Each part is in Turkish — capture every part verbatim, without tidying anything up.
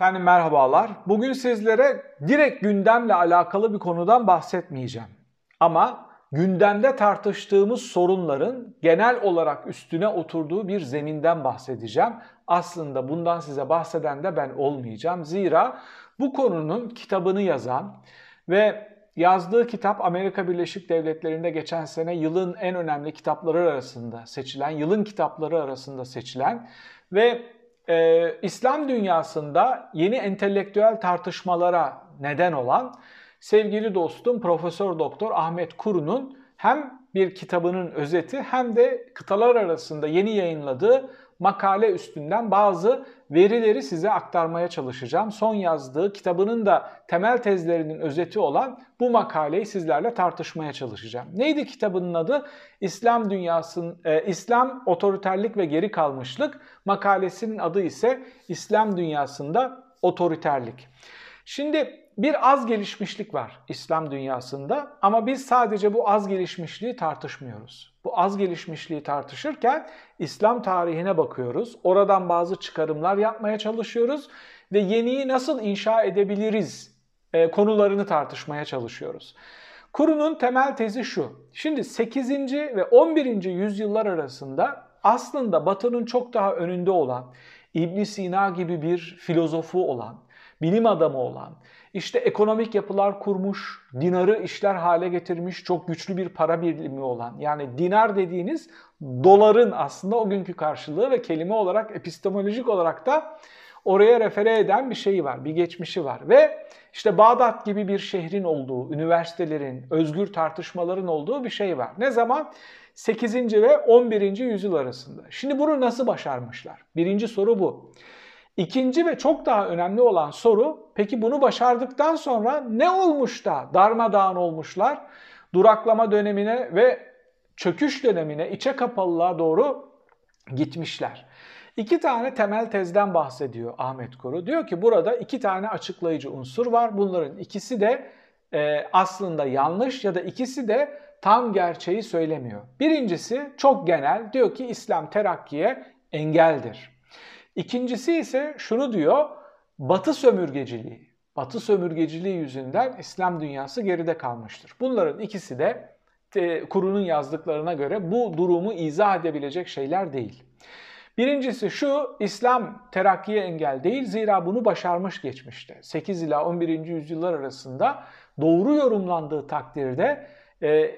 Efendim merhabalar. Bugün sizlere direkt gündemle alakalı bir konudan bahsetmeyeceğim. Ama gündemde tartıştığımız sorunların genel olarak üstüne oturduğu bir zeminden bahsedeceğim. Aslında bundan size bahseden de ben olmayacağım. Zira bu konunun kitabını yazan ve yazdığı kitap Amerika Birleşik Devletleri'nde geçen sene yılın en önemli kitapları arasında seçilen, yılın kitapları arasında seçilen ve Ee, İslam dünyasında yeni entelektüel tartışmalara neden olan sevgili dostum Profesör Doktor Ahmet Kuru'nun hem bir kitabının özeti hem de kıtalar arasında yeni yayınladığı makale üstünden bazı verileri size aktarmaya çalışacağım. Son yazdığı kitabının da temel tezlerinin özeti olan bu makaleyi sizlerle tartışmaya çalışacağım. Neydi kitabının adı? İslam dünyasının e, İslam otoriterlik ve geri kalmışlık. Makalesinin adı ise İslam dünyasında otoriterlik. Şimdi bir az gelişmişlik var İslam dünyasında ama biz sadece bu az gelişmişliği tartışmıyoruz. Bu az gelişmişliği tartışırken İslam tarihine bakıyoruz. Oradan bazı çıkarımlar yapmaya çalışıyoruz ve yeniyi nasıl inşa edebiliriz e, konularını tartışmaya çalışıyoruz. Kuru'nun temel tezi şu. Şimdi sekizinci ve on birinci yüzyıllar arasında aslında Batı'nın çok daha önünde olan, İbn Sina gibi bir filozofu olan, bilim adamı olan, işte ekonomik yapılar kurmuş, dinarı işler hale getirmiş, çok güçlü bir para birimi olan, yani dinar dediğiniz doların aslında o günkü karşılığı ve kelime olarak, epistemolojik olarak da oraya refere eden bir şeyi var, bir geçmişi var. Ve işte Bağdat gibi bir şehrin olduğu, üniversitelerin, özgür tartışmaların olduğu bir şey var. Ne zaman? sekizinci ve on birinci yüzyıl arasında. Şimdi bunu nasıl başarmışlar? Birinci soru bu. İkinci ve çok daha önemli olan soru, peki bunu başardıktan sonra ne olmuş da darmadağın olmuşlar? Duraklama dönemine ve çöküş dönemine, içe kapalılığa doğru gitmişler. İki tane temel tezden bahsediyor Ahmet Kuru. Diyor ki burada iki tane açıklayıcı unsur var. Bunların ikisi de e, aslında yanlış ya da ikisi de tam gerçeği söylemiyor. Birincisi çok genel, diyor ki İslam terakkiye engeldir. İkincisi ise şunu diyor, Batı sömürgeciliği. Batı sömürgeciliği yüzünden İslam dünyası geride kalmıştır. Bunların ikisi de e, Kuru'nun yazdıklarına göre bu durumu izah edebilecek şeyler değil. Birincisi şu, İslam terakkiye engel değil, zira bunu başarmış geçmişte. sekiz ila on birinci yüzyıllar arasında doğru yorumlandığı takdirde e,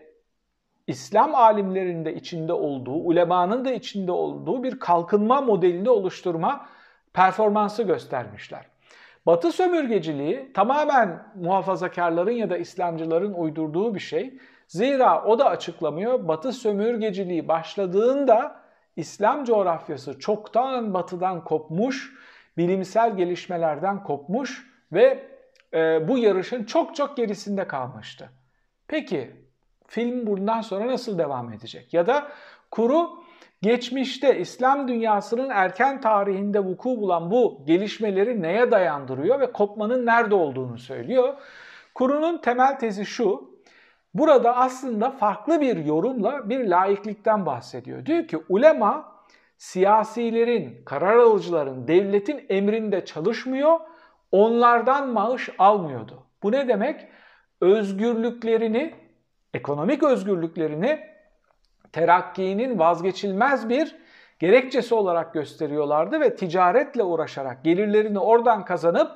İslam alimlerinin de içinde olduğu, ulemanın da içinde olduğu bir kalkınma modelini oluşturma performansı göstermişler. Batı sömürgeciliği tamamen muhafazakarların ya da İslamcıların uydurduğu bir şey. Zira o da açıklamıyor. Batı sömürgeciliği başladığında İslam coğrafyası çoktan batıdan kopmuş, bilimsel gelişmelerden kopmuş ve e, bu yarışın çok çok gerisinde kalmıştı. Peki film bundan sonra nasıl devam edecek? Ya da Kuru geçmişte İslam dünyasının erken tarihinde vuku bulan bu gelişmeleri neye dayandırıyor ve kopmanın nerede olduğunu söylüyor. Kuru'nun temel tezi şu, burada aslında farklı bir yorumla bir laiklikten bahsediyor. Diyor ki ulema siyasilerin, karar alıcıların, devletin emrinde çalışmıyor, onlardan maaş almıyordu. Bu ne demek? Özgürlüklerini, ekonomik özgürlüklerini terakkinin vazgeçilmez bir gerekçesi olarak gösteriyorlardı ve ticaretle uğraşarak gelirlerini oradan kazanıp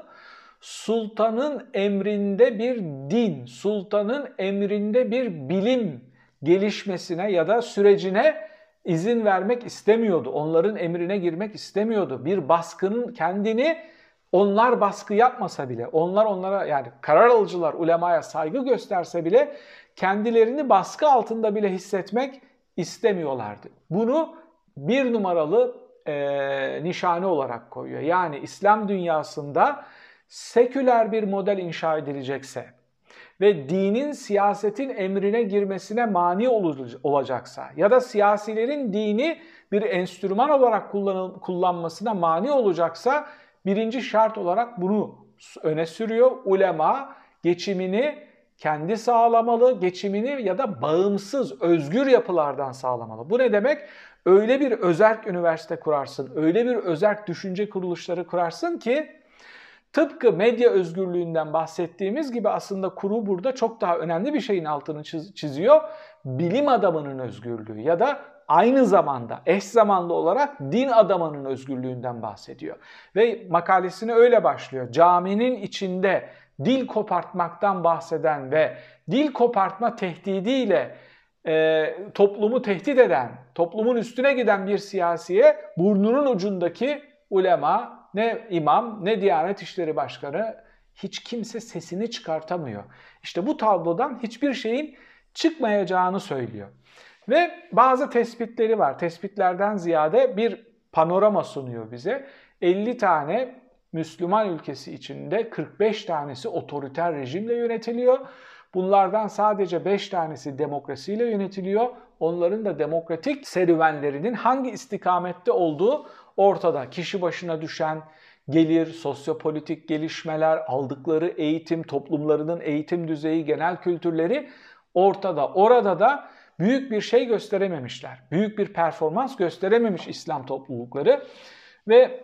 sultanın emrinde bir din, sultanın emrinde bir bilim gelişmesine ya da sürecine izin vermek istemiyordu. Onların emrine girmek istemiyordu. Bir baskının kendini onlar baskı yapmasa bile, onlar onlara yani karar alıcılar ulemaya saygı gösterse bile kendilerini baskı altında bile hissetmek istemiyorlardı. Bunu bir numaralı e, nişane olarak koyuyor. Yani İslam dünyasında seküler bir model inşa edilecekse ve dinin siyasetin emrine girmesine mani olacaksa ya da siyasilerin dini bir enstrüman olarak kullanmasına mani olacaksa birinci şart olarak bunu öne sürüyor. Ulema geçimini kendi sağlamalı, geçimini ya da bağımsız, özgür yapılardan sağlamalı. Bu ne demek? Öyle bir özerk üniversite kurarsın, öyle bir özerk düşünce kuruluşları kurarsın ki tıpkı medya özgürlüğünden bahsettiğimiz gibi aslında Kuru burada çok daha önemli bir şeyin altını çiziyor. Bilim adamının özgürlüğü ya da aynı zamanda eş zamanlı olarak din adamının özgürlüğünden bahsediyor. Ve makalesine öyle başlıyor. Caminin içinde dil kopartmaktan bahseden ve dil kopartma tehdidiyle e, toplumu tehdit eden, toplumun üstüne giden bir siyasiye burnunun ucundaki ulema, ne imam, ne Diyanet İşleri Başkanı, hiç kimse sesini çıkartamıyor. İşte bu tablodan hiçbir şeyin çıkmayacağını söylüyor. Ve bazı tespitleri var. Tespitlerden ziyade bir panorama sunuyor bize. elli tane Müslüman ülkesi içinde kırk beş tanesi otoriter rejimle yönetiliyor. Bunlardan sadece beş tanesi demokrasiyle yönetiliyor. Onların da demokratik serüvenlerinin hangi istikamette olduğu ortada. Kişi başına düşen gelir, sosyopolitik gelişmeler, aldıkları eğitim, toplumlarının eğitim düzeyi, genel kültürleri ortada. Orada da büyük bir şey gösterememişler. Büyük bir performans gösterememiş İslam toplulukları. Ve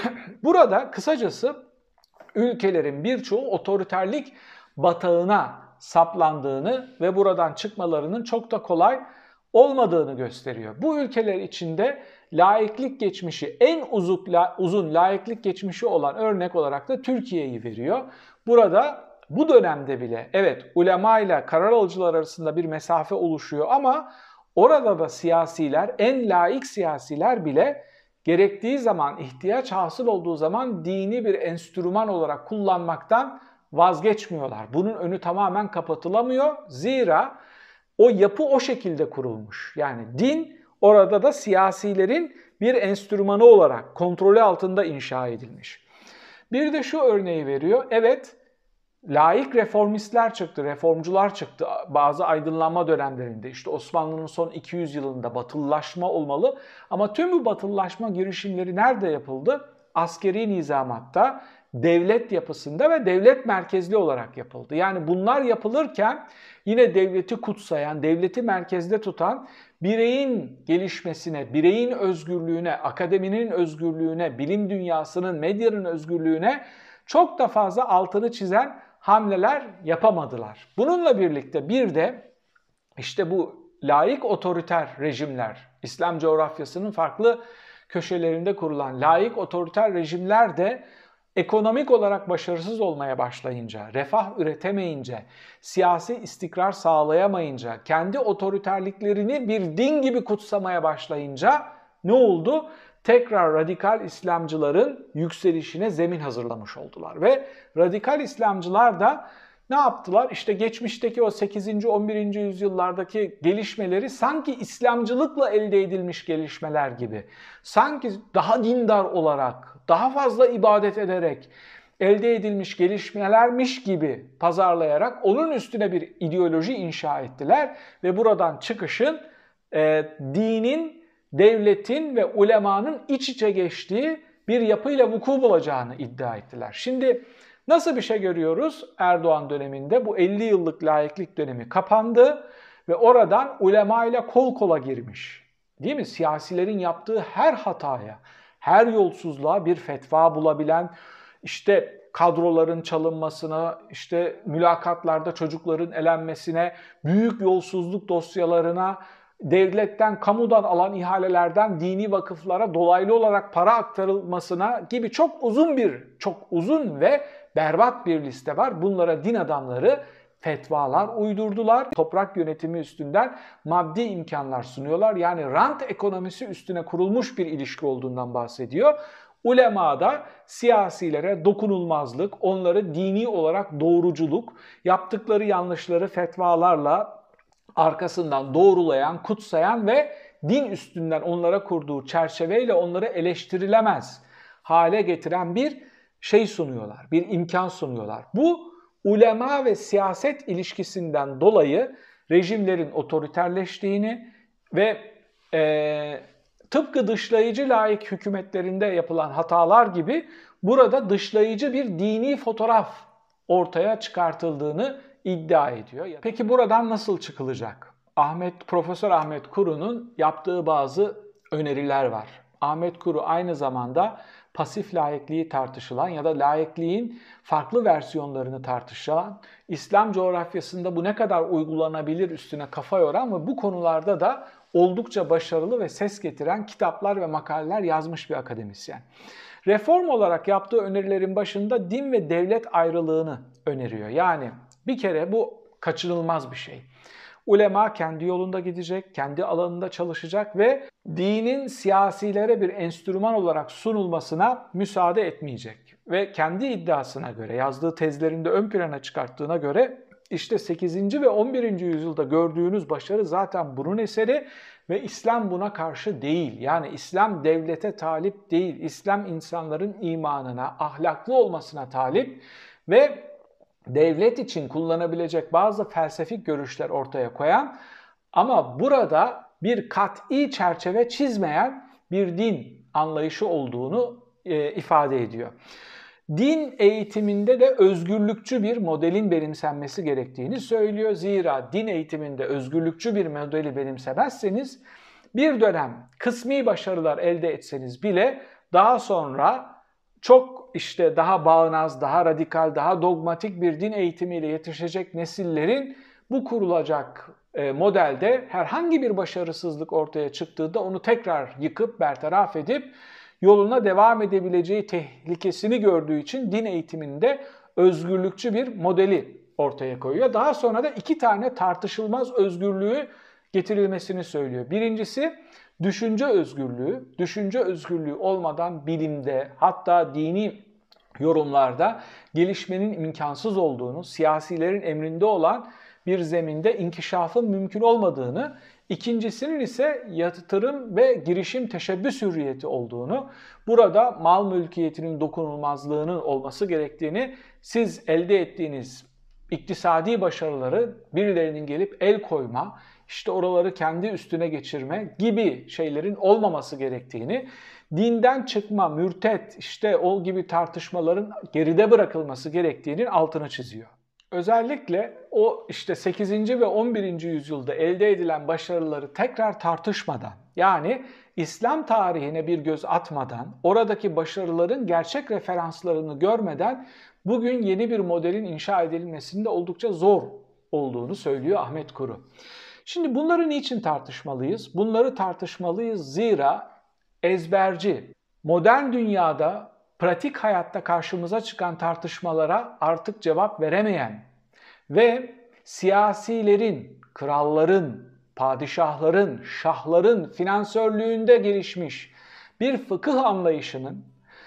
burada kısacası ülkelerin birçoğu otoriterlik batağına saplandığını ve buradan çıkmalarının çok da kolay olmadığını gösteriyor. Bu ülkeler içinde laiklik geçmişi, en uzun, uzun laiklik geçmişi olan örnek olarak da Türkiye'yi veriyor. Burada bu dönemde bile evet ulema ile karar alıcılar arasında bir mesafe oluşuyor ama orada da siyasiler, en laik siyasiler bile gerektiği zaman, ihtiyaç hasıl olduğu zaman dini bir enstrüman olarak kullanmaktan vazgeçmiyorlar. Bunun önü tamamen kapatılamıyor. Zira o yapı o şekilde kurulmuş. Yani din orada da siyasilerin bir enstrümanı olarak kontrolü altında inşa edilmiş. Bir de şu örneği veriyor. Evet, laik reformistler çıktı, reformcular çıktı bazı aydınlanma dönemlerinde. İşte Osmanlı'nın son iki yüz yılında batılılaşma olmalı. Ama tüm bu batılılaşma girişimleri nerede yapıldı? Askeri nizamatta, devlet yapısında ve devlet merkezli olarak yapıldı. Yani bunlar yapılırken yine devleti kutsayan, devleti merkezde tutan, bireyin gelişmesine, bireyin özgürlüğüne, akademinin özgürlüğüne, bilim dünyasının, medyanın özgürlüğüne çok da fazla altını çizen hamleler yapamadılar. Bununla birlikte bir de işte bu laik otoriter rejimler, İslam coğrafyasının farklı köşelerinde kurulan laik otoriter rejimler de ekonomik olarak başarısız olmaya başlayınca, refah üretemeyince, siyasi istikrar sağlayamayınca, kendi otoriterliklerini bir din gibi kutsamaya başlayınca ne oldu? Tekrar radikal İslamcıların yükselişine zemin hazırlamış oldular. Ve radikal İslamcılar da ne yaptılar? İşte geçmişteki o sekizinci on birinci yüzyıllardaki gelişmeleri sanki İslamcılıkla elde edilmiş gelişmeler gibi, sanki daha dindar olarak, daha fazla ibadet ederek elde edilmiş gelişmelermiş gibi pazarlayarak onun üstüne bir ideoloji inşa ettiler ve buradan çıkışın e, dinin, devletin ve ulemanın iç içe geçtiği bir yapıyla vuku bulacağını iddia ettiler. Şimdi nasıl bir şey görüyoruz? Erdoğan döneminde bu elli yıllık laiklik dönemi kapandı ve oradan ulema ile kol kola girmiş. Değil mi? Siyasilerin yaptığı her hataya, her yolsuzluğa bir fetva bulabilen, işte kadroların çalınmasına, işte mülakatlarda çocukların elenmesine, büyük yolsuzluk dosyalarına, devletten, kamudan alan ihalelerden dini vakıflara dolaylı olarak para aktarılmasına gibi çok uzun bir, çok uzun ve berbat bir liste var. Bunlara din adamları fetvalar uydurdular. Toprak yönetimi üstünden maddi imkanlar sunuyorlar. Yani rant ekonomisi üstüne kurulmuş bir ilişki olduğundan bahsediyor. Ulema da siyasilere dokunulmazlık, onları dini olarak doğruculuk, yaptıkları yanlışları fetvalarla arkasından doğrulayan, kutsayan ve din üstünden onlara kurduğu çerçeveyle onları eleştirilemez hale getiren bir şey sunuyorlar, bir imkan sunuyorlar. Bu ulema ve siyaset ilişkisinden dolayı rejimlerin otoriterleştiğini ve e, tıpkı dışlayıcı laik hükümetlerinde yapılan hatalar gibi burada dışlayıcı bir dini fotoğraf ortaya çıkartıldığını iddia ediyor. Peki buradan nasıl çıkılacak? Ahmet Profesör Ahmet Kuru'nun yaptığı bazı öneriler var. Ahmet Kuru aynı zamanda pasif laikliği tartışılan ya da laikliğin farklı versiyonlarını tartışılan, İslam coğrafyasında bu ne kadar uygulanabilir üstüne kafa yoran ve bu konularda da oldukça başarılı ve ses getiren kitaplar ve makaleler yazmış bir akademisyen. Reform olarak yaptığı önerilerin başında din ve devlet ayrılığını öneriyor. Yani bir kere bu kaçınılmaz bir şey. Ulema kendi yolunda gidecek, kendi alanında çalışacak ve dinin siyasilere bir enstrüman olarak sunulmasına müsaade etmeyecek. Ve kendi iddiasına göre, yazdığı tezlerinde ön plana çıkarttığına göre işte sekizinci ve on birinci yüzyılda gördüğünüz başarı zaten bunun eseri ve İslam buna karşı değil. Yani İslam devlete talip değil. İslam insanların imanına, ahlaklı olmasına talip ve devlet için kullanabilecek bazı felsefik görüşler ortaya koyan ama burada bir kat'i çerçeve çizmeyen bir din anlayışı olduğunu e, ifade ediyor. Din eğitiminde de özgürlükçü bir modelin benimsenmesi gerektiğini söylüyor. Zira din eğitiminde özgürlükçü bir modeli benimsemezseniz bir dönem kısmi başarılar elde etseniz bile daha sonra çok işte daha bağnaz, daha radikal, daha dogmatik bir din eğitimiyle yetişecek nesillerin bu kurulacak modelde herhangi bir başarısızlık ortaya çıktığında onu tekrar yıkıp bertaraf edip yoluna devam edebileceği tehlikesini gördüğü için din eğitiminde özgürlükçü bir modeli ortaya koyuyor. Daha sonra da iki tane tartışılmaz özgürlüğü getirilmesini söylüyor. Birincisi düşünce özgürlüğü. Düşünce özgürlüğü olmadan bilimde hatta dini yorumlarda gelişmenin imkansız olduğunu, siyasilerin emrinde olan bir zeminde inkişafın mümkün olmadığını, İkincisinin ise yatırım ve girişim teşebbüs hürriyeti olduğunu, burada mal mülkiyetinin dokunulmazlığının olması gerektiğini, siz elde ettiğiniz iktisadi başarıları birilerinin gelip el koyma, işte oraları kendi üstüne geçirme gibi şeylerin olmaması gerektiğini, dinden çıkma, mürtet, işte o gibi tartışmaların geride bırakılması gerektiğinin altını çiziyor. Özellikle o işte sekizinci ve on birinci yüzyılda elde edilen başarıları tekrar tartışmadan, yani İslam tarihine bir göz atmadan, oradaki başarıların gerçek referanslarını görmeden bugün yeni bir modelin inşa edilmesinde oldukça zor olduğunu söylüyor Ahmet Kuru. Şimdi bunları niçin tartışmalıyız? Bunları tartışmalıyız zira ezberci, modern dünyada pratik hayatta karşımıza çıkan tartışmalara artık cevap veremeyen ve siyasilerin, kralların, padişahların, şahların finansörlüğünde gelişmiş bir fıkıh anlayışının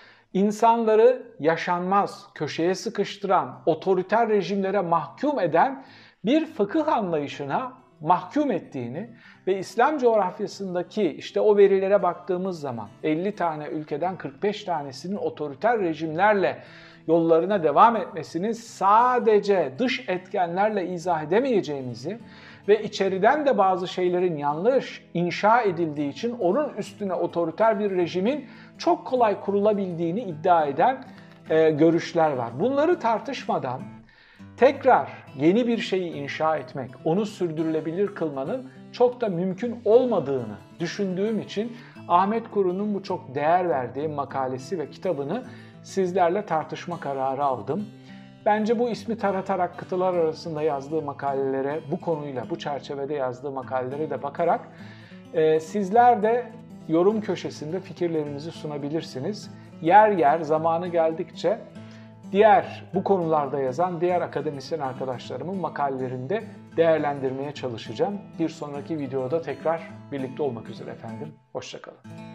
insanları yaşanmaz, köşeye sıkıştıran, otoriter rejimlere mahkum eden bir fıkıh anlayışına mahkum ettiğini ve İslam coğrafyasındaki işte o verilere baktığımız zaman elli tane ülkeden kırk beş tanesinin otoriter rejimlerle yollarına devam etmesini sadece dış etkenlerle izah edemeyeceğimizi ve içeriden de bazı şeylerin yanlış inşa edildiği için onun üstüne otoriter bir rejimin çok kolay kurulabildiğini iddia eden e, görüşler var. Bunları tartışmadan tekrar yeni bir şeyi inşa etmek, onu sürdürülebilir kılmanın çok da mümkün olmadığını düşündüğüm için Ahmet Kuru'nun bu çok değer verdiği makalesi ve kitabını sizlerle tartışma kararı aldım. Bence bu ismi taratarak kıtalar arasında yazdığı makalelere, bu konuyla, bu çerçevede yazdığı makalelere de bakarak e, sizler de yorum köşesinde fikirlerinizi sunabilirsiniz. Yer yer zamanı geldikçe diğer bu konularda yazan diğer akademisyen arkadaşlarımın makalelerinde değerlendirmeye çalışacağım. Bir sonraki videoda tekrar birlikte olmak üzere efendim. Hoşça kalın.